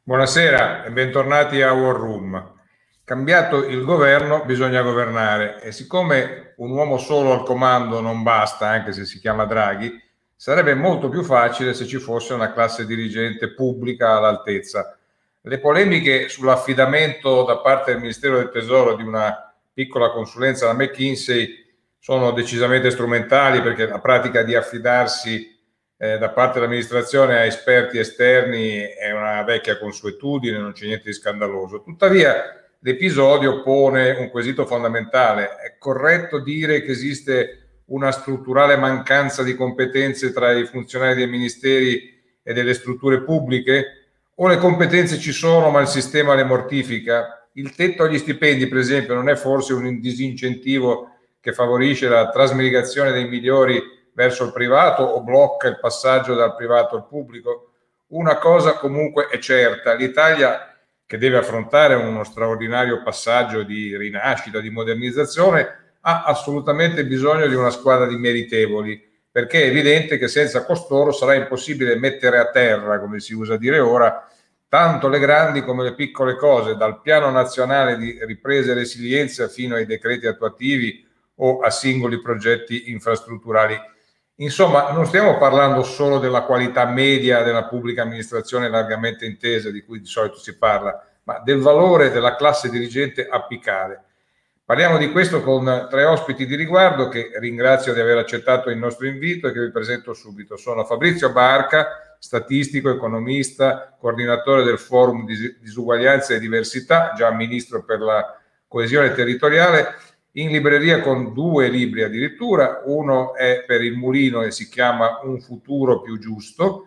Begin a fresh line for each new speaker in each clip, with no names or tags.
Buonasera e bentornati a War Room. Cambiato il governo, bisogna governare e siccome un uomo solo al comando non basta, anche se si chiama Draghi, sarebbe molto più facile se ci fosse una classe dirigente pubblica all'altezza. Le polemiche sull'affidamento da parte del Ministero del Tesoro di una piccola consulenza alla McKinsey sono decisamente strumentali, perché la pratica di affidarsi da parte dell'amministrazione a esperti esterni è una vecchia consuetudine, non c'è niente di scandaloso. Tuttavia l'episodio pone un quesito fondamentale: è corretto dire che esiste una strutturale mancanza di competenze tra i funzionari dei ministeri e delle strutture pubbliche? O le competenze ci sono ma il sistema le mortifica? Il tetto agli stipendi, per esempio, non è forse un disincentivo che favorisce la trasmigrazione dei migliori verso il privato o blocca il passaggio dal privato al pubblico? Una cosa comunque è certa: l'Italia, che deve affrontare uno straordinario passaggio di rinascita, di modernizzazione, ha assolutamente bisogno di una squadra di meritevoli, perché è evidente che senza costoro sarà impossibile mettere a terra, come si usa dire ora, tanto le grandi come le piccole cose, dal piano nazionale di ripresa e resilienza fino ai decreti attuativi o a singoli progetti infrastrutturali. Insomma, non stiamo parlando solo della qualità media della pubblica amministrazione largamente intesa, di cui di solito si parla, ma del valore della classe dirigente apicale. Parliamo di questo con tre ospiti di riguardo, che ringrazio di aver accettato il nostro invito e che vi presento subito. Sono Fabrizio Barca, statistico, economista, coordinatore del Forum Disuguaglianza e Diversità, già ministro per la coesione territoriale, in libreria con 2 libri addirittura. Uno è per il Mulino e si chiama Un futuro più giusto,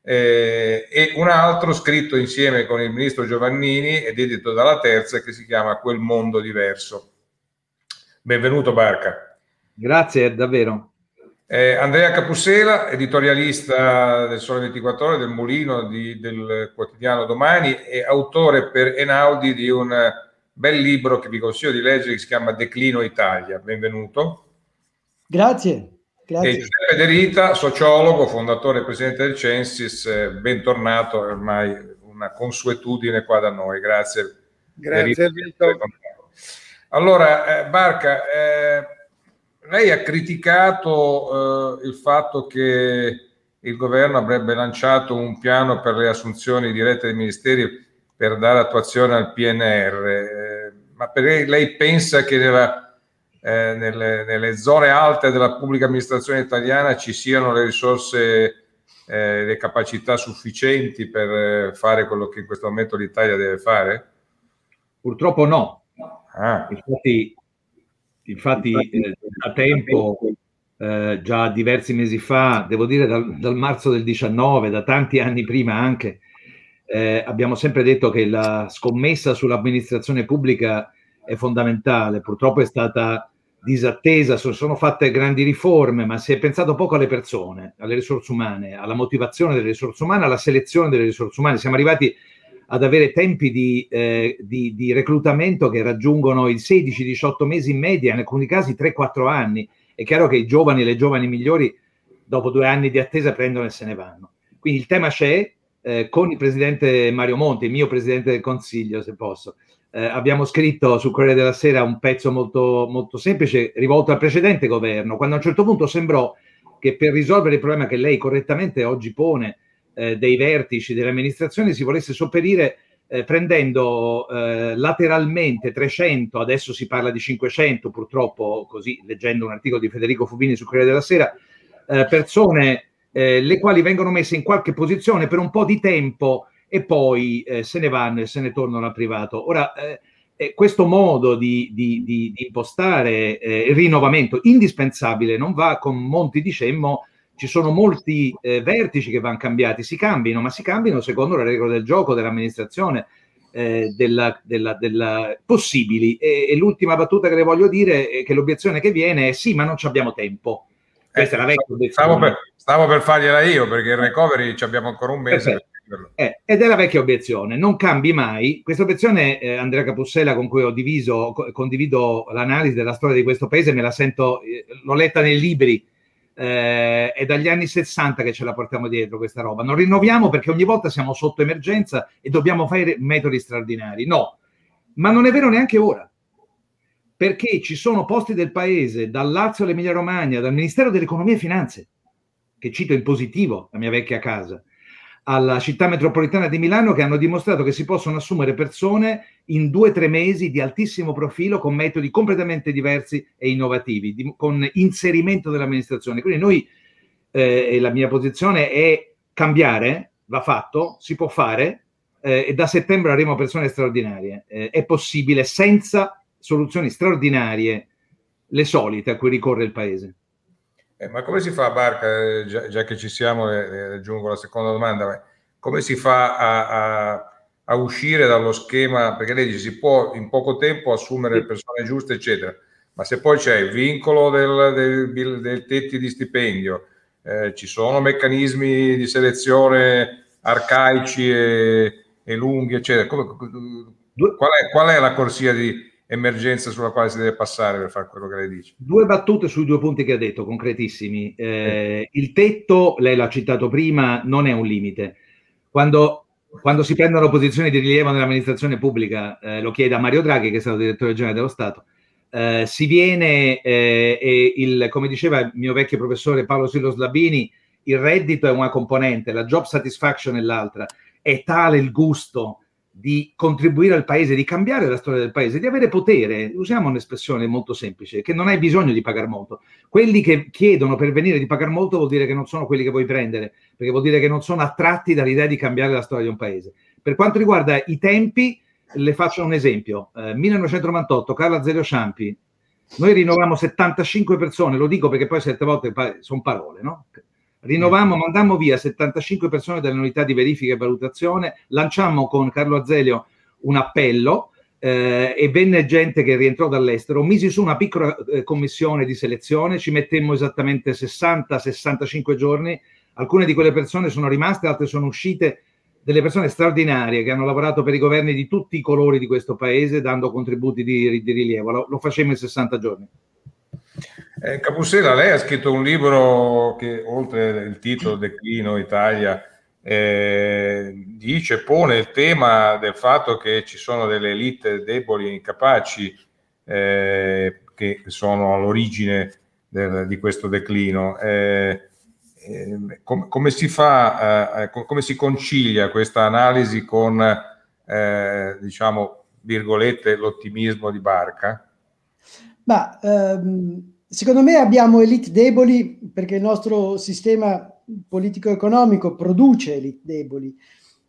e un altro scritto insieme con il ministro Giovannini ed edito dalla Terza, che si chiama Quel mondo diverso. Benvenuto Barca.
Grazie, davvero.
Andrea Capussela, editorialista del Sole 24 Ore, del Mulino, del quotidiano Domani, e autore per Einaudi di un bel libro che vi consiglio di leggere, che si chiama Declino Italia. Benvenuto.
Grazie.
E Giuseppe De Rita, sociologo, fondatore e presidente del Censis, bentornato, è ormai una consuetudine qua da noi. Grazie.
Grazie.
Allora, Barca, lei ha criticato il fatto che il governo avrebbe lanciato un piano per le assunzioni dirette dei ministeri per dare attuazione al PNR, ma perché lei pensa che nelle zone alte della pubblica amministrazione italiana ci siano le risorse, le capacità sufficienti per fare quello che in questo momento l'Italia deve fare?
Purtroppo no. Infatti da tempo, già diversi mesi fa, devo dire dal marzo del 19, da tanti anni prima anche, abbiamo sempre detto che la scommessa sull'amministrazione pubblica è fondamentale. Purtroppo è stata disattesa, sono fatte grandi riforme, ma si è pensato poco alle persone, alle risorse umane, alla motivazione delle risorse umane, alla selezione delle risorse umane. Siamo arrivati ad avere tempi di reclutamento che raggiungono i 16-18 mesi in media, in alcuni casi 3-4 anni. È chiaro che i giovani e le giovani migliori dopo 2 anni di attesa prendono e se ne vanno. Quindi il tema c'è. Con il presidente Mario Monti, il mio presidente del Consiglio, se posso, abbiamo scritto sul Corriere della Sera un pezzo molto, molto semplice rivolto al precedente governo, quando a un certo punto sembrò che per risolvere il problema che lei correttamente oggi pone, dei vertici dell'amministrazione, si volesse sopperire prendendo lateralmente 300, adesso si parla di 500 purtroppo, così leggendo un articolo di Federico Fubini sul Corriere della Sera, persone le quali vengono messe in qualche posizione per un po' di tempo e poi se ne vanno e se ne tornano al privato. Ora, questo modo di impostare il rinnovamento indispensabile non va. Con Monti dicemmo ci sono molti vertici che vanno cambiati, si cambino, ma si cambiano secondo le regole del gioco dell'amministrazione, possibili. E l'ultima battuta che le voglio dire è che l'obiezione che viene è: sì, ma non ci abbiamo tempo. Questa è la vecchia obiezione.
Stavo per fargliela io, perché il recovery ci abbiamo ancora un mese.
Ed è la vecchia obiezione: non cambi mai. Questa obiezione, Andrea Capussela, con cui condivido l'analisi della storia di questo paese, me la sento, l'ho letta nei libri È dagli anni 60 che ce la portiamo dietro questa roba. Non rinnoviamo perché ogni volta siamo sotto emergenza e dobbiamo fare metodi straordinari. No, ma non è vero neanche ora, perché ci sono posti del paese, dal Lazio all'Emilia Romagna, dal Ministero dell'Economia e Finanze, che cito in positivo, la mia vecchia casa, alla città metropolitana di Milano, che hanno dimostrato che si possono assumere persone in 2-3 mesi di altissimo profilo con metodi completamente diversi e innovativi, con inserimento dell'amministrazione. Quindi noi, e la mia posizione è cambiare, va fatto, si può fare, e da settembre avremo persone straordinarie. È possibile senza soluzioni straordinarie, le solite a cui ricorre il paese.
Ma come si fa, Barca, già che ci siamo, aggiungo la seconda domanda, come si fa a uscire dallo schema, perché lei dice si può in poco tempo assumere le persone giuste, eccetera, ma se poi c'è il vincolo del tetti di stipendio, ci sono meccanismi di selezione arcaici e lunghi, eccetera, qual è la corsia di emergenza sulla quale si deve passare per fare quello che lei dice?
2 battute sui 2 punti che ha detto, concretissimi. Il tetto, lei l'ha citato prima, non è un limite. Quando si prendono posizioni di rilievo nell'amministrazione pubblica, lo chiede a Mario Draghi, che è stato direttore generale dello Stato, si viene, come diceva il mio vecchio professore Paolo Sillo Slabini, il reddito è una componente, la job satisfaction è l'altra. È tale il gusto di contribuire al paese, di cambiare la storia del paese, di avere potere. Usiamo un'espressione molto semplice, che non hai bisogno di pagare molto. Quelli che chiedono per venire di pagare molto vuol dire che non sono quelli che vuoi prendere, perché vuol dire che non sono attratti dall'idea di cambiare la storia di un paese. Per quanto riguarda i tempi, le faccio un esempio. 1998, Carlo Azeglio Ciampi, noi rinnovammo 75 persone, lo dico perché poi 7 volte sono parole, no? Mandammo via 75 persone dalle unità di verifica e valutazione, lanciammo con Carlo Azeglio un appello e venne gente che rientrò dall'estero, misi su una piccola commissione di selezione, ci mettemmo esattamente 60-65 giorni, alcune di quelle persone sono rimaste, altre sono uscite, delle persone straordinarie che hanno lavorato per i governi di tutti i colori di questo paese dando contributi di rilievo, lo facemmo in 60 giorni.
Capussella, lei ha scritto un libro che oltre il titolo Declino Italia pone il tema del fatto che ci sono delle elite deboli e incapaci che sono all'origine di questo declino. Come si fa, come si concilia questa analisi con diciamo virgolette l'ottimismo di Barca?
Ma secondo me abbiamo elite deboli perché il nostro sistema politico-economico produce elite deboli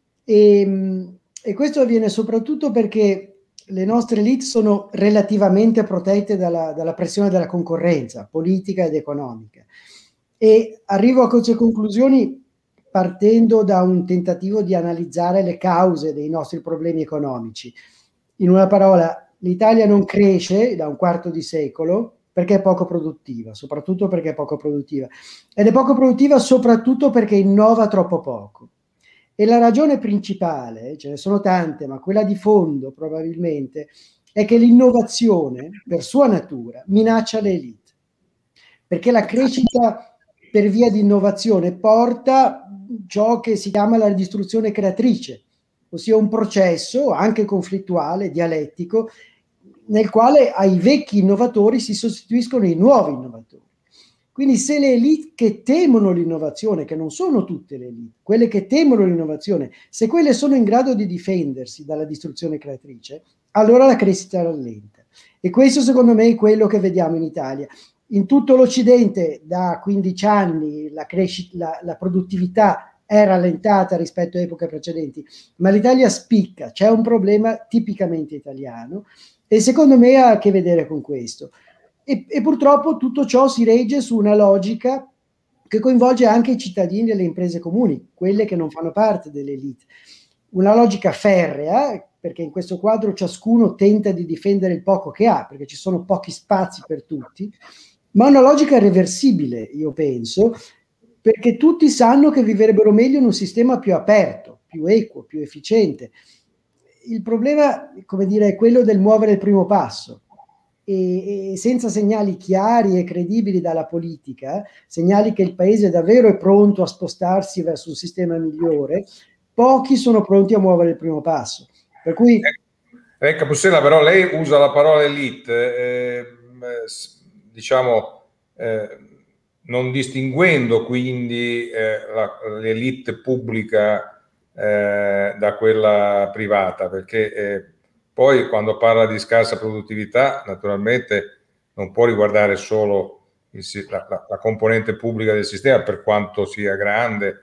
e questo avviene soprattutto perché le nostre elite sono relativamente protette dalla pressione della concorrenza politica ed economica. E arrivo a queste conclusioni partendo da un tentativo di analizzare le cause dei nostri problemi economici. In una parola, l'Italia non cresce da un quarto di secolo perché è poco produttiva, soprattutto perché è poco produttiva. Ed è poco produttiva soprattutto perché innova troppo poco. E la ragione principale, ce ne sono tante, ma quella di fondo probabilmente, è che l'innovazione, per sua natura, minaccia le elite. Perché la crescita per via di innovazione porta ciò che si chiama la distruzione creatrice, ossia un processo anche conflittuale, dialettico, nel quale ai vecchi innovatori si sostituiscono i nuovi innovatori. Quindi se le elite che temono l'innovazione, che non sono tutte le elite, quelle che temono l'innovazione, se quelle sono in grado di difendersi dalla distruzione creatrice, allora la crescita rallenta. E questo secondo me è quello che vediamo in Italia. In tutto l'Occidente da 15 anni la produttività è rallentata rispetto a epoche precedenti, ma l'Italia spicca, c'è un problema tipicamente italiano e secondo me ha a che vedere con questo. E purtroppo tutto ciò si regge su una logica che coinvolge anche i cittadini e le imprese comuni, quelle che non fanno parte dell'elite. Una logica ferrea, perché in questo quadro ciascuno tenta di difendere il poco che ha, perché ci sono pochi spazi per tutti, ma una logica reversibile, io penso, perché tutti sanno che vivrebbero meglio in un sistema più aperto, più equo, più efficiente. Il problema, come dire, è quello del muovere il primo passo. e senza segnali chiari e credibili dalla politica, segnali che il paese davvero è pronto a spostarsi verso un sistema migliore, pochi sono pronti a muovere il primo passo. Per cui
Capussella, però lei usa la parola elite, diciamo, non distinguendo quindi l'elite pubblica da quella privata, perché poi quando parla di scarsa produttività, naturalmente non può riguardare solo la componente pubblica del sistema, per quanto sia grande.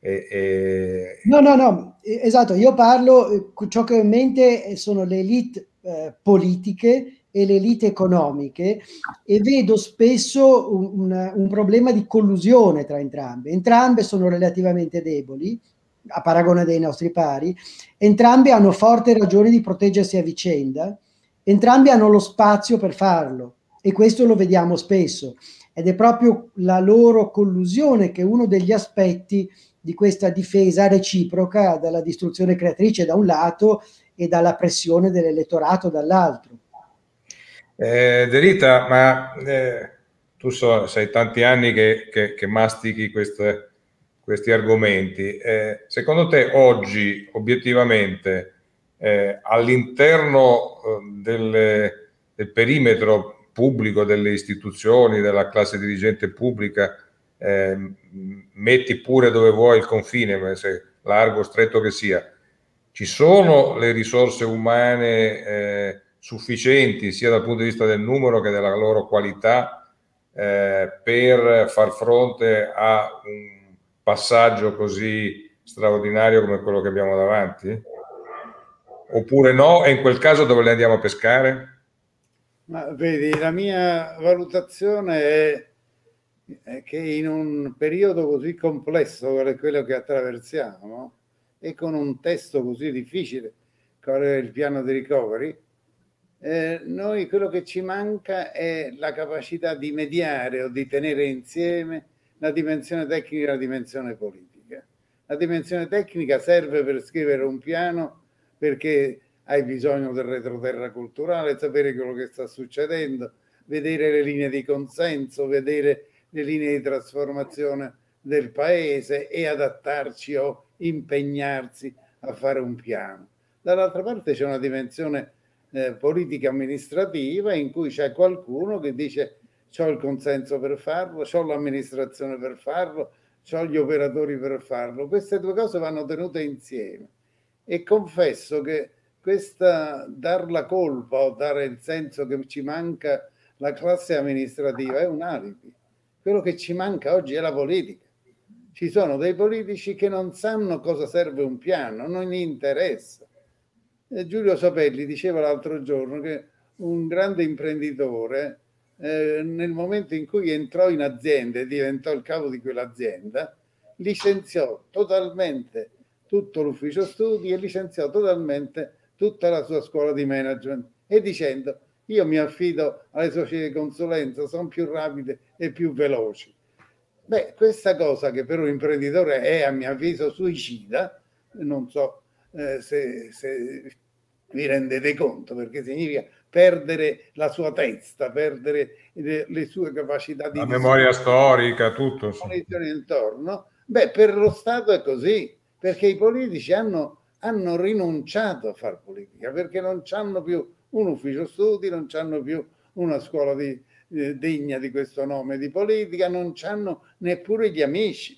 No, esatto, io parlo, ciò che ho in mente sono le elite politiche e le elite economiche, e vedo spesso un problema di collusione tra entrambe. Entrambe sono relativamente deboli, a paragone dei nostri pari, entrambe hanno forti ragioni di proteggersi a vicenda, entrambi hanno lo spazio per farlo, e questo lo vediamo spesso, ed è proprio la loro collusione che è uno degli aspetti di questa difesa reciproca dalla distruzione creatrice da un lato e dalla pressione dell'elettorato dall'altro.
De Rita, ma tu sei tanti anni che mastichi questi argomenti. Secondo te oggi, obiettivamente, all'interno del perimetro pubblico, delle istituzioni, della classe dirigente pubblica, metti pure dove vuoi il confine, se largo o stretto che sia, ci sono le risorse umane sufficienti sia dal punto di vista del numero che della loro qualità per far fronte a un passaggio così straordinario come quello che abbiamo davanti? Oppure no? E in quel caso dove le andiamo a pescare?
Ma vedi, la mia valutazione è che in un periodo così complesso come quello che attraversiamo e con un testo così difficile come il piano di recovery, noi quello che ci manca è la capacità di mediare o di tenere insieme la dimensione tecnica e la dimensione politica. La dimensione tecnica serve per scrivere un piano, perché hai bisogno del retroterra culturale, sapere quello che sta succedendo, vedere le linee di consenso, vedere le linee di trasformazione del paese e adattarci o impegnarsi a fare un piano. Dall'altra parte c'è una dimensione politica amministrativa in cui c'è qualcuno che dice: c'ho il consenso per farlo, c'ho l'amministrazione per farlo, c'ho gli operatori per farlo. Queste due cose vanno tenute insieme, e confesso che questa dar la colpa o dare il senso che ci manca la classe amministrativa è un alibi. Quello che ci manca oggi è la politica. Ci sono dei politici che non sanno cosa serve un piano, non gli interessa. Giulio Sapelli diceva l'altro giorno che un grande imprenditore, nel momento in cui entrò in azienda e diventò il capo di quell'azienda, licenziò totalmente tutto l'ufficio studi e licenziò totalmente tutta la sua scuola di management, e dicendo: io mi affido alle società di consulenza, sono più rapide e più veloci. Beh, questa cosa, che per un imprenditore è a mio avviso suicida, non so se vi rendete conto, perché significa perdere la sua testa, perdere le sue capacità di
la memoria storica, tutto
intorno. Beh, per lo Stato è così, perché i politici hanno rinunciato a fare politica, perché non hanno più un ufficio studi, non hanno più una scuola degna di questo nome di politica, non hanno neppure gli amici.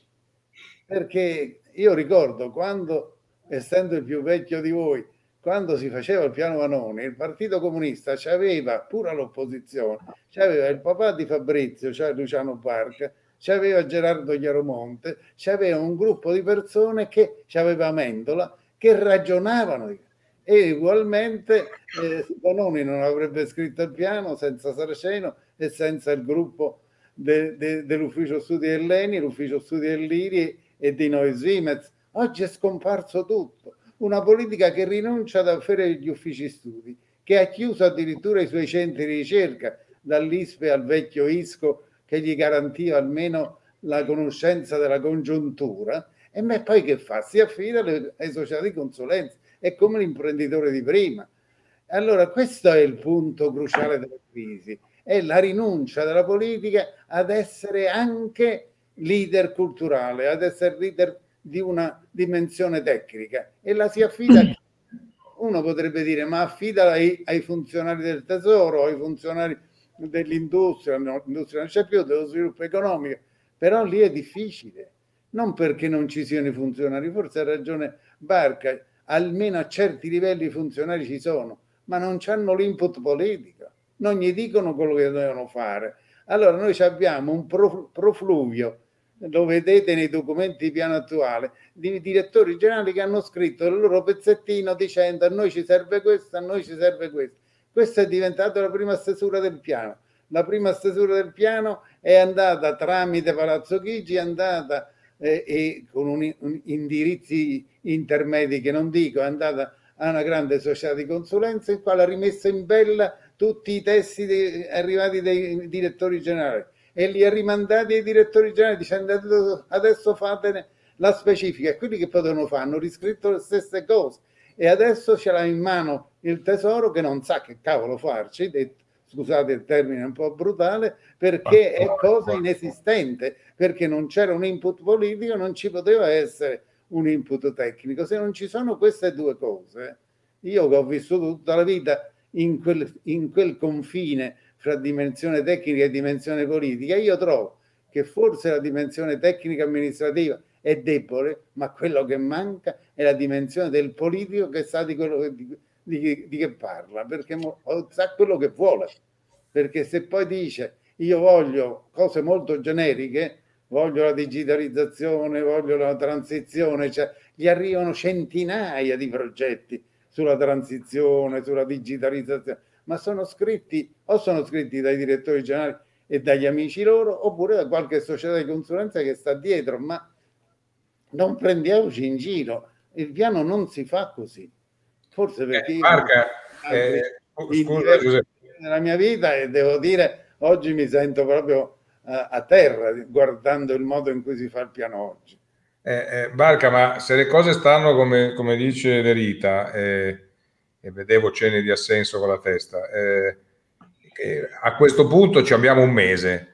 Perché io ricordo quando, essendo il più vecchio di voi, quando si faceva il piano Vanoni, il Partito Comunista c'aveva, pure all'opposizione, c'aveva il papà di Fabrizio, cioè Luciano Barca, c'aveva Gerardo Chiaromonte, c'aveva un gruppo di persone che c'aveva Amendola, che ragionavano, e ugualmente Vanoni non avrebbe scritto il piano senza Saraceno e senza il gruppo dell'ufficio studi dell'ENI, l'ufficio studi dell'IRI e di Noè Simez. Oggi è scomparso tutto. Una politica che rinuncia ad avere gli uffici studi, che ha chiuso addirittura i suoi centri di ricerca, dall'ISPE al vecchio ISCO, che gli garantiva almeno la conoscenza della congiuntura, e poi che fa? Si affida alle società di consulenza. È come l'imprenditore di prima. Allora questo è il punto cruciale della crisi, è la rinuncia della politica ad essere anche leader culturale, ad essere leader di una dimensione tecnica, e la si affida a chi? Uno potrebbe dire, ma affida ai funzionari del tesoro, ai funzionari dell'industria, no, l'industria non c'è più, dello sviluppo economico, però lì è difficile, non perché non ci siano i funzionari, forse ha ragione Barca, almeno a certi livelli i funzionari ci sono, ma non hanno l'input politico, non gli dicono quello che devono fare. Allora noi abbiamo un profluvio, lo vedete nei documenti di piano attuale, di direttori generali che hanno scritto il loro pezzettino dicendo a noi ci serve questo, a noi ci serve questo. Questa è diventata la prima stesura del piano. La prima stesura del piano è andata tramite Palazzo Chigi, è andata e con indirizzi intermedi che non dico, è andata a una grande società di consulenza, in quale ha rimesso in bella tutti i testi arrivati dai direttori generali e li ha rimandati ai direttori generali dicendo adesso fatene la specifica, e quelli che potevano fare hanno riscritto le stesse cose, e adesso ce l'ha in mano il tesoro che non sa che cavolo farci, scusate il termine un po' brutale, perché è cosa inesistente, perché non c'era un input politico, non ci poteva essere un input tecnico. Se non ci sono queste due cose, io che ho vissuto tutta la vita in quel confine fra dimensione tecnica e dimensione politica, io trovo che forse la dimensione tecnica amministrativa è debole, ma quello che manca è la dimensione del politico che sa di quello di che parla, perché sa quello che vuole, perché se poi dice io voglio cose molto generiche, voglio la digitalizzazione, voglio la transizione, cioè gli arrivano centinaia di progetti sulla transizione, sulla digitalizzazione, ma sono scritti dai direttori generali e dagli amici loro, oppure da qualche società di consulenza che sta dietro, ma non prendiamoci in giro, il piano non si fa così. Forse perché
Marca, scusa Giuseppe,
nella mia vita, e devo dire oggi mi sento proprio a terra guardando il modo in cui si fa il piano oggi.
Barca, ma se le cose stanno come dice De Rita, e vedevo cenni di assenso con la testa, a questo punto ci abbiamo un mese.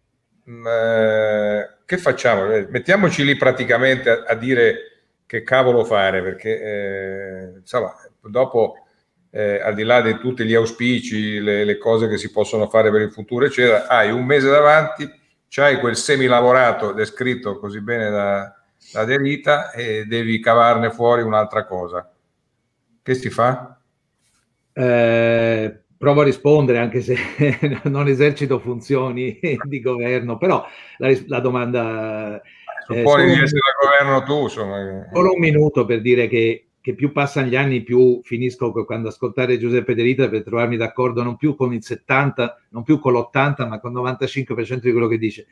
Che facciamo? Mettiamoci lì praticamente a dire che cavolo fare, perché insomma, dopo al di là di tutti gli auspici, le cose che si possono fare per il futuro, eccetera, hai un mese davanti, c'hai quel semilavorato descritto così bene da De Rita e devi cavarne fuori un'altra cosa. Che si fa?
Provo a rispondere, anche se non esercito funzioni di governo, però la domanda...
Supponi di essere al governo tu, insomma.
Solo un minuto per dire che più passano gli anni, più finisco quando ascoltare Giuseppe De Rita per trovarmi d'accordo non più con il 70, non più con l'80, ma con il 95% di quello che dice.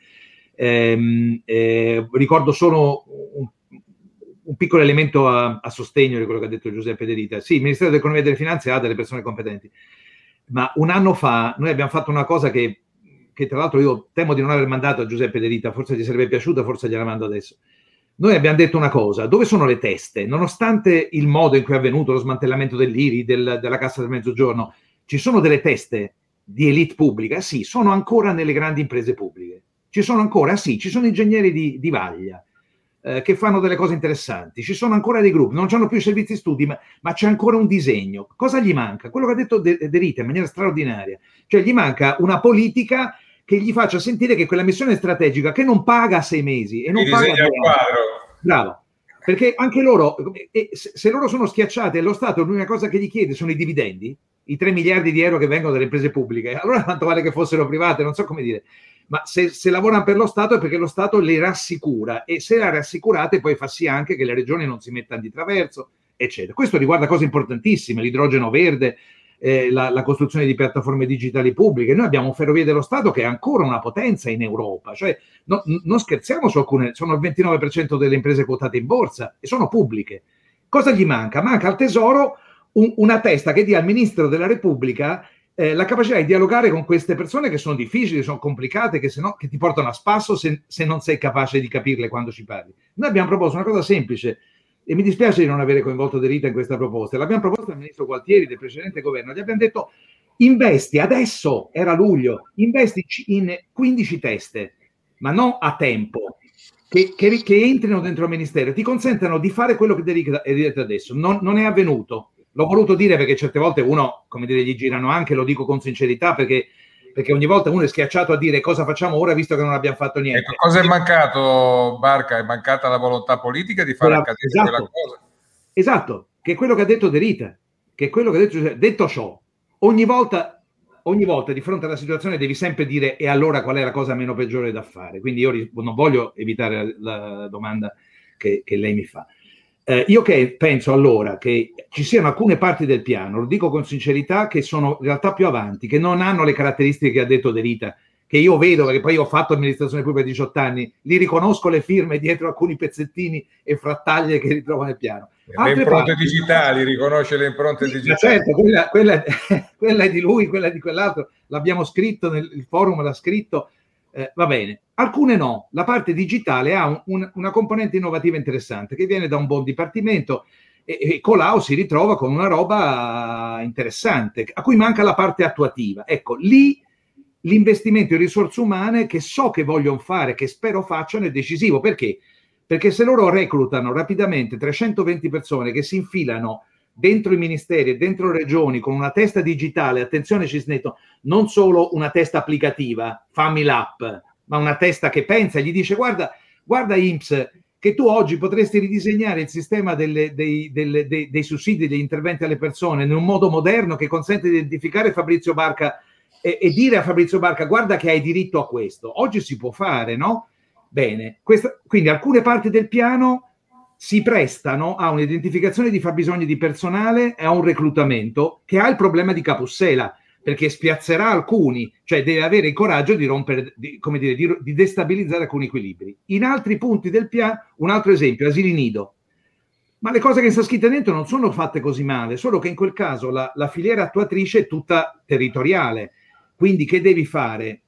Ricordo solo un piccolo elemento a sostegno di quello che ha detto Giuseppe De Rita. Sì, il Ministero dell'Economia e delle Finanze ha delle persone competenti, ma un anno fa noi abbiamo fatto una cosa che tra l'altro io temo di non aver mandato a Giuseppe De Rita, forse gli sarebbe piaciuta, forse gliela mando adesso. Noi abbiamo detto una cosa: dove sono le teste? Nonostante il modo in cui è avvenuto lo smantellamento dell'IRI, della Cassa del Mezzogiorno, ci sono delle teste di elite pubblica? Sì, sono ancora nelle grandi imprese pubbliche. Ci sono ancora? Sì, ci sono ingegneri di vaglia che fanno delle cose interessanti. Ci sono ancora dei gruppi, non hanno più servizi studi, ma c'è ancora un disegno. Cosa gli manca? Quello che ha detto De Rita in maniera straordinaria. Cioè gli manca una politica che gli faccia sentire che quella missione strategica, che non paga 6 mesi e non paga 2 anni. Bravo, perché anche loro, se loro sono schiacciati e lo Stato l'unica cosa che gli chiede sono i dividendi, i 3 miliardi di euro che vengono dalle imprese pubbliche, allora tanto vale che fossero private, non so come dire, ma se lavorano per lo Stato è perché lo Stato le rassicura, e se le rassicurate poi fa sì anche che le regioni non si mettano di traverso, eccetera. Questo riguarda cose importantissime, l'idrogeno verde, la costruzione di piattaforme digitali pubbliche. Noi abbiamo Ferrovie dello Stato che è ancora una potenza in Europa, cioè non scherziamo su alcune, sono il 29% delle imprese quotate in borsa e sono pubbliche. Cosa gli manca? Manca al Tesoro una testa che dia al Ministro della Repubblica la capacità di dialogare con queste persone che sono difficili, sono complicate, che ti portano a spasso se non sei capace di capirle quando ci parli. Noi abbiamo proposto una cosa semplice. e mi dispiace di non avere coinvolto De Rita in questa proposta, l'abbiamo proposta al ministro Gualtieri del precedente governo, gli abbiamo detto investi adesso, era luglio, investi in 15 teste, ma non a tempo, che entrino dentro il ministero, ti consentano di fare quello che De Rita adesso. Non è avvenuto. L'ho voluto dire perché certe volte uno, come dire, gli girano anche, lo dico con sincerità, perché ogni volta uno è schiacciato a dire cosa facciamo ora visto che non abbiamo fatto niente.
Ecco, cosa è mancato, Barca? È mancata la volontà politica di fare accadere quella cosa.
Esatto, che è quello che ha detto De Rita, che è quello che ha detto ciò. Ogni volta di fronte alla situazione devi sempre dire e allora qual è la cosa meno peggiore da fare. Quindi io non voglio evitare la domanda che lei mi fa. Io penso allora che ci siano alcune parti del piano, lo dico con sincerità, che sono in realtà più avanti, che non hanno le caratteristiche che ha detto De Rita, che io vedo, perché poi io ho fatto amministrazione pubblica per 18 anni, li riconosco le firme dietro alcuni pezzettini e frattaglie che ritrovo nel piano.
Le impronte digitali, riconosce le impronte digitali.
Certo, quella è di lui, quella è di quell'altro, l'abbiamo scritto, il forum l'ha scritto, va bene. Alcune no, la parte digitale ha una componente innovativa interessante che viene da un buon dipartimento e Colau si ritrova con una roba interessante a cui manca la parte attuativa. Ecco, lì l'investimento in risorse umane che so che vogliono fare, che spero facciano, è decisivo. Perché? Perché se loro reclutano rapidamente 320 persone che si infilano dentro i ministeri e dentro le regioni con una testa digitale, attenzione Cisneto, non solo una testa applicativa, fammi l'app, ma una testa che pensa e gli dice guarda INPS, che tu oggi potresti ridisegnare il sistema dei sussidi, degli interventi alle persone in un modo moderno che consente di identificare Fabrizio Barca e dire a Fabrizio Barca guarda che hai diritto a questo. Oggi si può fare, no? Bene, quindi alcune parti del piano si prestano a un'identificazione di fabbisogni di personale e a un reclutamento che ha il problema di Capussela, perché spiazzerà alcuni, cioè deve avere il coraggio di rompere, di destabilizzare alcuni equilibri. In altri punti del piano, un altro esempio, asili nido. Ma le cose che sono scritte dentro non sono fatte così male, solo che in quel caso la filiera attuatrice è tutta territoriale. Quindi che devi fare?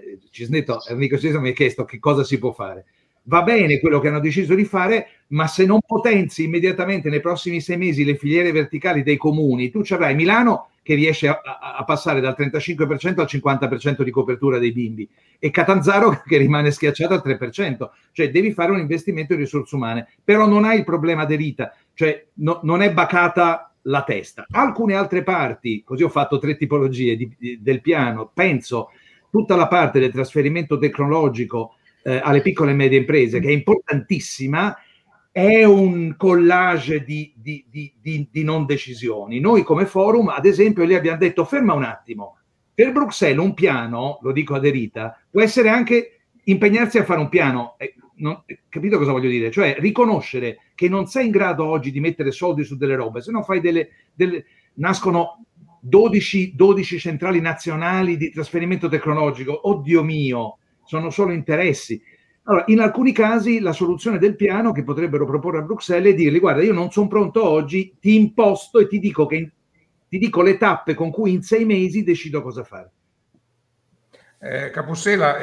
Enrico Cisneto mi ha chiesto che cosa si può fare. Va bene quello che hanno deciso di fare, ma se non potenzi immediatamente nei prossimi 6 mesi le filiere verticali dei comuni, tu ci avrai Milano che riesce a passare dal 35% al 50% di copertura dei bimbi e Catanzaro che rimane schiacciato al 3%. Cioè devi fare un investimento in risorse umane, però non hai il problema De Rita, cioè non è bacata la testa. Alcune altre parti, così ho fatto 3 tipologie del piano, penso tutta la parte del trasferimento tecnologico alle piccole e medie imprese, che è importantissima, è un collage di non decisioni. Noi come forum, ad esempio, lì abbiamo detto ferma un attimo, per Bruxelles un piano, lo dico a De Rita, può essere anche impegnarsi a fare un piano, capito cosa voglio dire? Cioè riconoscere che non sei in grado oggi di mettere soldi su delle robe, se no fai nascono 12 centrali nazionali di trasferimento tecnologico, oddio mio, sono solo interessi. Allora, in alcuni casi la soluzione del piano che potrebbero proporre a Bruxelles è dirgli guarda, io non sono pronto oggi, ti imposto e ti dico le tappe con cui in 6 mesi decido cosa fare.
Capussela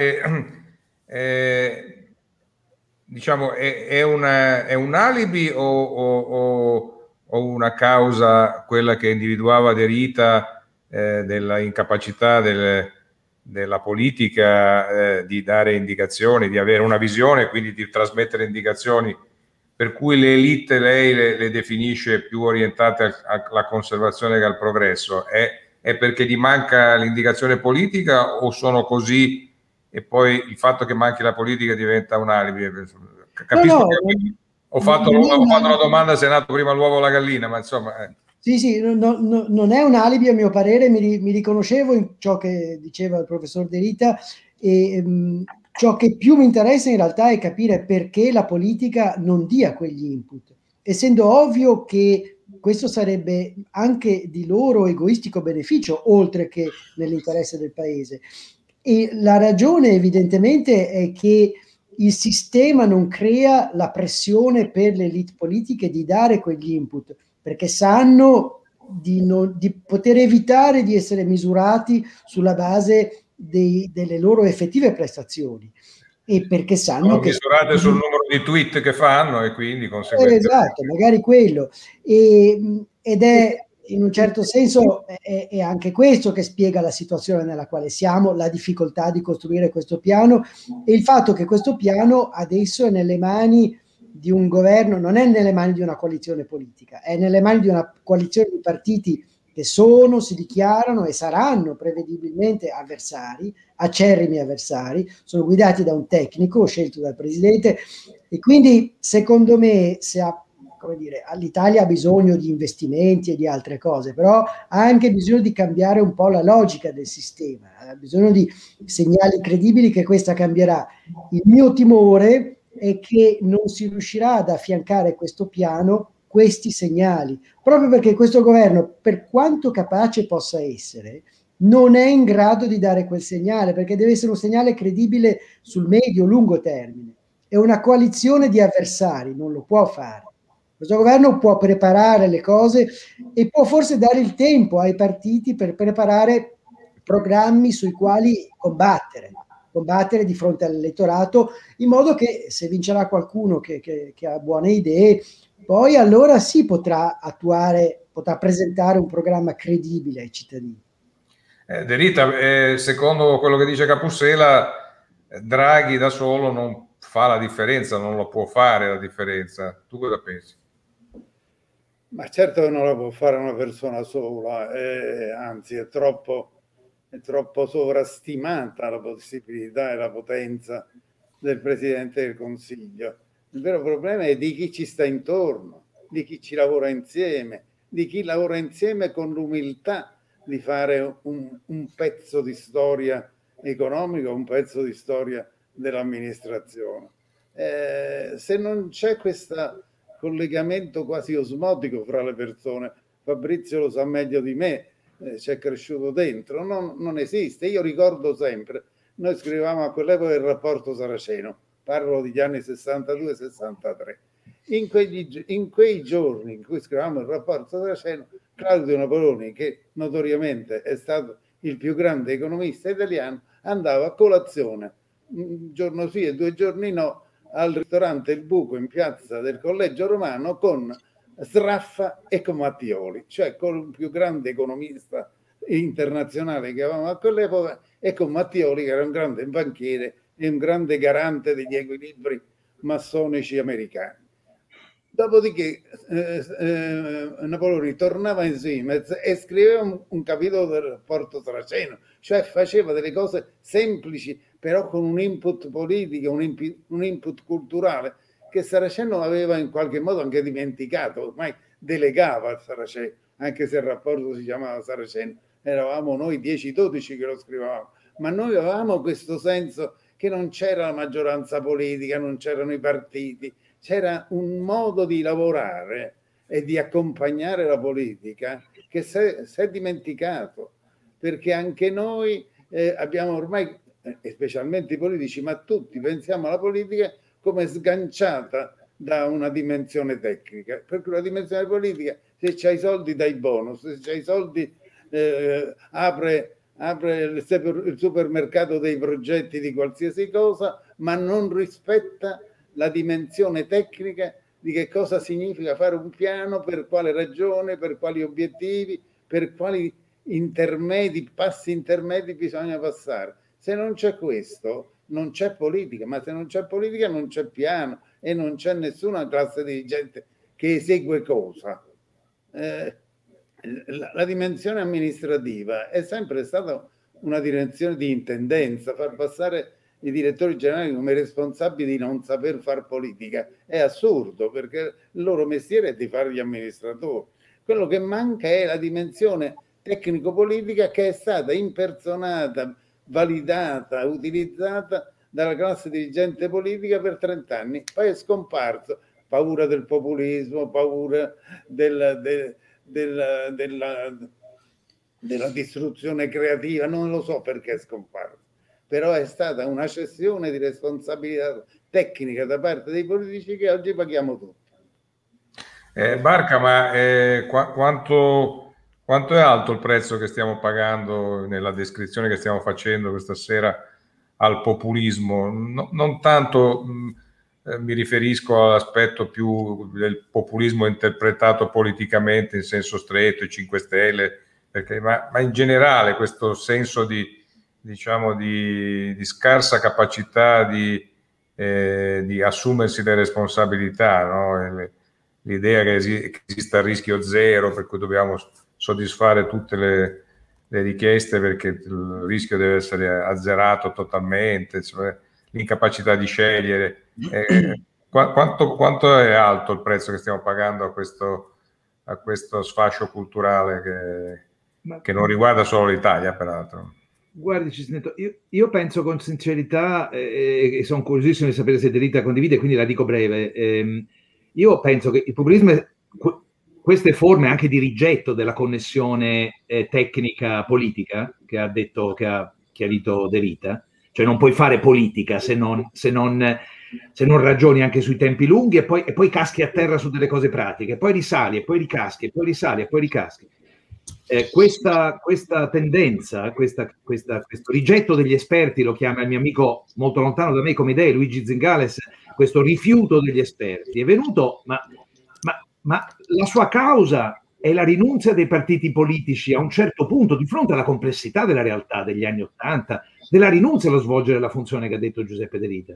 diciamo è un alibi o una causa quella che individuava De Rita della incapacità della politica di dare indicazioni, di avere una visione, quindi di trasmettere indicazioni, per cui le elite lei le definisce più orientate alla conservazione che al progresso? È perché gli manca l'indicazione politica o sono così e poi il fatto che manchi la politica diventa un alibi? Capisco che ho fatto la domanda se è nato prima l'uovo o la gallina, ma insomma...
Sì, non è un alibi a mio parere, mi riconoscevo in ciò che diceva il professor De Rita e ciò che più mi interessa in realtà è capire perché la politica non dia quegli input, essendo ovvio che questo sarebbe anche di loro egoistico beneficio, oltre che nell'interesse del paese. E la ragione evidentemente è che il sistema non crea la pressione per le elite politiche di dare quegli input, perché sanno di poter evitare di essere misurati sulla base delle loro effettive prestazioni. e perché sanno che
misurate sul numero di tweet che fanno e quindi conseguentemente
esatto, magari quello, ed è in un certo senso è anche questo che spiega la situazione nella quale siamo, la difficoltà di costruire questo piano e il fatto che questo piano adesso è nelle mani di un governo, non è nelle mani di una coalizione politica, è nelle mani di una coalizione di partiti che si dichiarano e saranno prevedibilmente avversari, acerrimi avversari, sono guidati da un tecnico scelto dal presidente e quindi secondo me l'Italia ha bisogno di investimenti e di altre cose, però ha anche bisogno di cambiare un po' la logica del sistema, ha bisogno di segnali credibili che questa cambierà. Il mio timore è che non si riuscirà ad affiancare questo piano questi segnali, proprio perché questo governo, per quanto capace possa essere, non è in grado di dare quel segnale, perché deve essere un segnale credibile sul medio-lungo termine. E una coalizione di avversari non lo può fare. Questo governo può preparare le cose e può forse dare il tempo ai partiti per preparare programmi sui quali combattere di fronte all'elettorato, in modo che se vincerà qualcuno che ha buone idee, poi allora si potrà presentare un programma credibile ai cittadini.
De Rita, secondo quello che dice Capussela, Draghi da solo non fa la differenza, non lo può fare la differenza. Tu cosa pensi?
Ma certo che non la può fare una persona sola, anzi è troppo sovrastimata la possibilità e la potenza del Presidente del Consiglio. Il vero problema è di chi ci sta intorno, di chi ci lavora insieme, di chi lavora insieme con l'umiltà di fare un pezzo di storia economica, un pezzo di storia dell'amministrazione. Se non c'è questo collegamento quasi osmotico fra le persone, Fabrizio lo sa meglio di me, c'è cresciuto dentro, non esiste. Io ricordo sempre, noi scrivevamo a quell'epoca il rapporto Saraceno, parlo degli anni 62-63. In quei giorni in cui scrivevamo il rapporto Saraceno, Claudio Napoloni, che notoriamente è stato il più grande economista italiano, andava a colazione un giorno sì e 2 giorni no al ristorante Il Buco in piazza del Collegio Romano con Sraffa e con Mattioli, cioè con il più grande economista internazionale che avevamo a quell'epoca e con Mattioli che era un grande banchiere e un grande garante degli equilibri massonici americani. Dopodiché Napoloni tornava in Siemens e scriveva un capitolo del rapporto Saraceno, cioè faceva delle cose semplici però con un input politico, un input culturale che Saraceno aveva in qualche modo anche dimenticato, ormai delegava al Saraceno, anche se il rapporto si chiamava Saraceno, eravamo noi 10-12 che lo scrivevamo, ma noi avevamo questo senso che non c'era la maggioranza politica, non c'erano i partiti, c'era un modo di lavorare e di accompagnare la politica che si è dimenticato, perché anche noi abbiamo ormai, specialmente i politici, ma tutti pensiamo alla politica come sganciata da una dimensione tecnica, perché la dimensione politica, se c'hai i soldi dai bonus, se c'hai i soldi apre il supermercato dei progetti di qualsiasi cosa, ma non rispetta la dimensione tecnica di che cosa significa fare un piano, per quale ragione, per quali obiettivi, per quali passi intermedi bisogna passare. Se non c'è questo, non c'è politica, ma se non c'è politica non c'è piano e non c'è nessuna classe dirigente che esegue cosa. La dimensione amministrativa è sempre stata una direzione di intendenza, far passare i direttori generali come responsabili di non saper far politica è assurdo, perché il loro mestiere è di fare gli amministratori. Quello che manca è la dimensione tecnico-politica che è stata impersonata, validata, utilizzata dalla classe dirigente politica per 30 anni, poi è scomparso. Paura del populismo, paura della distruzione creativa, non lo so perché è scomparso, però è stata una cessione di responsabilità tecnica da parte dei politici che oggi paghiamo tutti.
Barca, ma quanto è alto il prezzo che stiamo pagando nella descrizione che stiamo facendo questa sera al populismo, non tanto mi riferisco all'aspetto più del populismo interpretato politicamente in senso stretto, i 5 Stelle, ma in generale questo senso di scarsa capacità di assumersi le responsabilità, no? L'idea che esista il rischio zero, per cui dobbiamo soddisfare tutte le richieste perché il rischio deve essere azzerato totalmente, cioè, l'incapacità di scegliere. Quanto è alto il prezzo che stiamo pagando a questo sfascio culturale che non riguarda solo l'Italia, peraltro?
Guardi, Cisneto, io penso con sincerità, e sono curiosissimo di sapere se De Rita condivide, quindi la dico breve. Io penso che il populismo è queste forme anche di rigetto della connessione tecnica politica che ha detto, che ha chiarito De Rita, cioè non puoi fare politica se non ragioni anche sui tempi lunghi e poi caschi a terra su delle cose pratiche, poi risali e poi ricaschi, e poi risali e poi ricaschi. Questa tendenza, questo rigetto degli esperti, lo chiama il mio amico molto lontano da me come idee, Luigi Zingales, questo rifiuto degli esperti è venuto, ma la sua causa è la rinuncia dei partiti politici a un certo punto, di fronte alla complessità della realtà degli anni '80, della rinuncia allo svolgere la funzione che ha detto Giuseppe De Rita,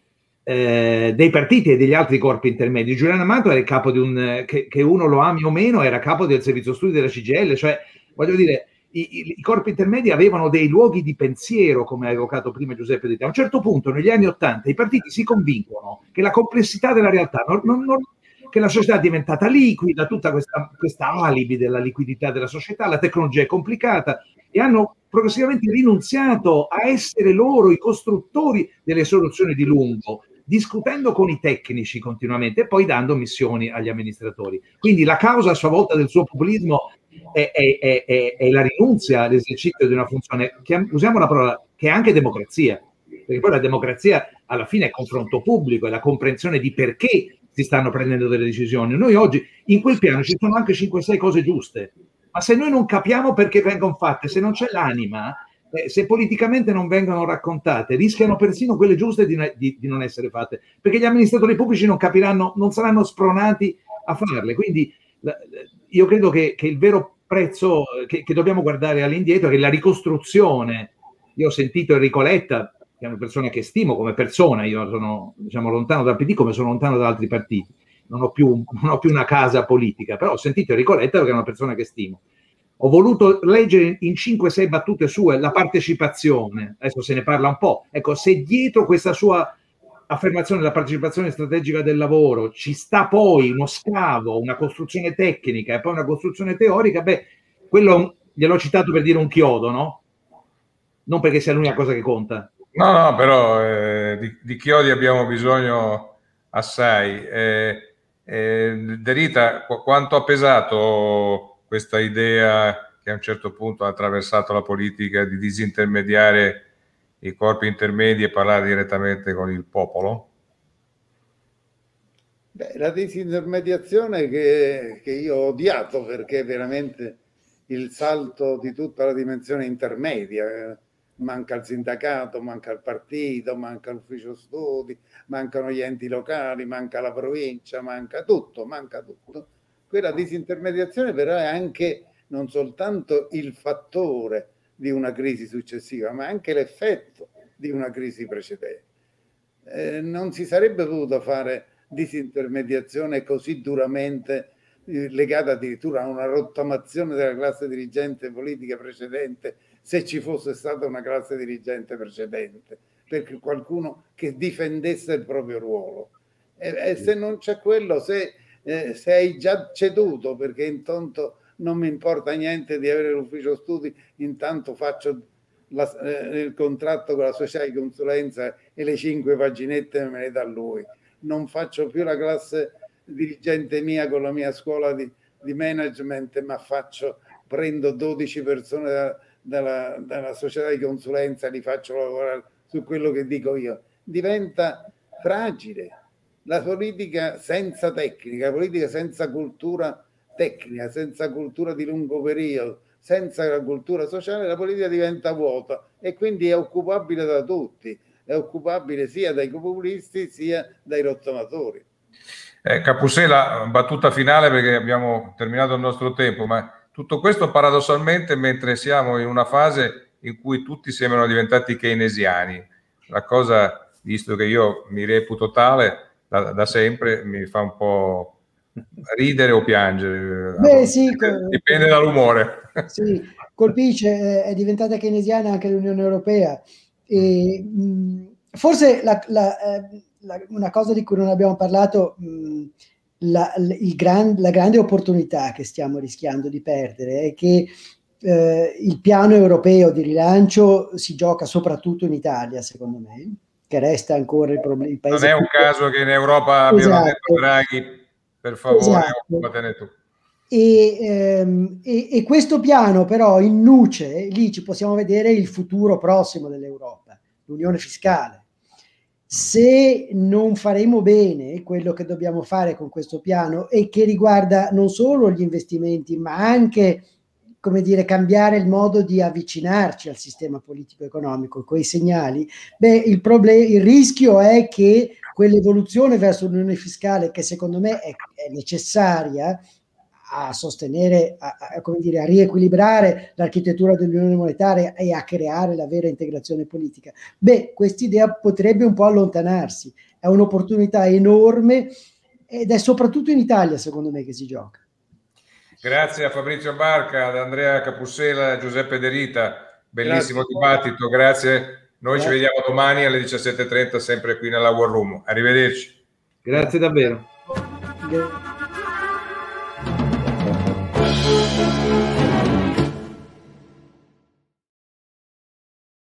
dei partiti e degli altri corpi intermedi. Giuliano Amato era il capo di che uno lo ami o meno, era capo del servizio studi della CGIL, cioè voglio dire, i corpi intermedi avevano dei luoghi di pensiero, come ha evocato prima Giuseppe De Rita. A un certo punto, negli anni '80, i partiti si convincono che la complessità della realtà, che la società è diventata liquida, tutta questa alibi della liquidità della società, la tecnologia è complicata, e hanno progressivamente rinunziato a essere loro i costruttori delle soluzioni di lungo, discutendo con i tecnici continuamente e poi dando missioni agli amministratori. Quindi la causa a sua volta del suo populismo è la rinunzia all'esercizio di una funzione, usiamo la parola, che è anche democrazia, perché poi la democrazia alla fine è confronto pubblico, è la comprensione di perché si stanno prendendo delle decisioni. Noi oggi in quel piano ci sono anche 5-6 cose giuste, ma se noi non capiamo perché vengono fatte, se non c'è l'anima, se politicamente non vengono raccontate, rischiano persino quelle giuste di non essere fatte, perché gli amministratori pubblici non capiranno, non saranno spronati a farle. Quindi io credo che il vero prezzo che dobbiamo guardare all'indietro è che la ricostruzione. Io ho sentito Enrico Letta, che è una persona che stimo come persona, io sono lontano dal PD come sono lontano da altri partiti, non ho più una casa politica, però ho sentito Enrico Letta perché è una persona che stimo. Ho voluto leggere in 5-6 battute sue la partecipazione, adesso se ne parla un po', ecco, se dietro questa sua affermazione della partecipazione strategica del lavoro ci sta poi uno scavo, una costruzione tecnica e poi una costruzione teorica, quello gliel'ho citato per dire un chiodo, no? Non perché sia l'unica cosa che conta.
No, però di chiodi abbiamo bisogno assai. De Rita, quanto ha pesato questa idea che a un certo punto ha attraversato la politica di disintermediare i corpi intermedi e parlare direttamente con il popolo?
La disintermediazione che io ho odiato, perché è veramente il salto di tutta la dimensione intermedia. Manca il sindacato, manca il partito, manca l'ufficio studi, mancano gli enti locali, manca la provincia, manca tutto. Quella disintermediazione però è anche non soltanto il fattore di una crisi successiva, ma anche l'effetto di una crisi precedente. Non si sarebbe potuto fare disintermediazione così duramente legata addirittura a una rottamazione della classe dirigente politica precedente, se ci fosse stata una classe dirigente precedente, perché qualcuno che difendesse il proprio ruolo. E se non c'è quello, se hai già ceduto, perché intanto non mi importa niente di avere l'ufficio studi, intanto faccio il contratto con la società di consulenza e le 5 paginette me le dà lui. Non faccio più la classe dirigente mia con la mia scuola di management, ma prendo 12 persone dalla società di consulenza, li faccio lavorare su quello che dico io. Diventa fragile. La politica senza tecnica, la politica senza cultura tecnica, senza cultura di lungo periodo, senza la cultura sociale, la politica diventa vuota e quindi è occupabile da tutti. è occupabile sia dai populisti sia dai rottamatori.
Capussela, battuta finale perché abbiamo terminato il nostro tempo, ma tutto questo paradossalmente mentre siamo in una fase in cui tutti sembrano diventati keynesiani. La cosa, visto che io mi reputo tale da sempre, mi fa un po' ridere o piangere.
Beh, sì,
dipende dall'umore.
Sì, colpisce, è diventata keynesiana anche l'Unione Europea. E, forse una cosa di cui non abbiamo parlato, la grande opportunità che stiamo rischiando di perdere è che il piano europeo di rilancio si gioca soprattutto in Italia, secondo me, che resta ancora il paese.
Non è un caso che in Europa abbiano detto Draghi, per favore, occupatene tu.
E questo piano però in nuce, lì ci possiamo vedere il futuro prossimo dell'Europa, l'unione fiscale. Se non faremo bene quello che dobbiamo fare con questo piano, e che riguarda non solo gli investimenti ma anche, come dire, cambiare il modo di avvicinarci al sistema politico-economico, quei segnali, il rischio è che quell'evoluzione verso l'unione fiscale, che secondo me è necessaria a sostenere, come dire, a riequilibrare l'architettura dell'unione monetaria e a creare la vera integrazione politica, quest'idea potrebbe un po' allontanarsi. È un'opportunità enorme ed è soprattutto in Italia, secondo me, che si gioca.
Grazie a Fabrizio Barca, ad Andrea Capussela, a Giuseppe De Rita, bellissimo dibattito, grazie. Noi ci vediamo domani alle 17:30 sempre qui nella War Room. Arrivederci.
Grazie davvero.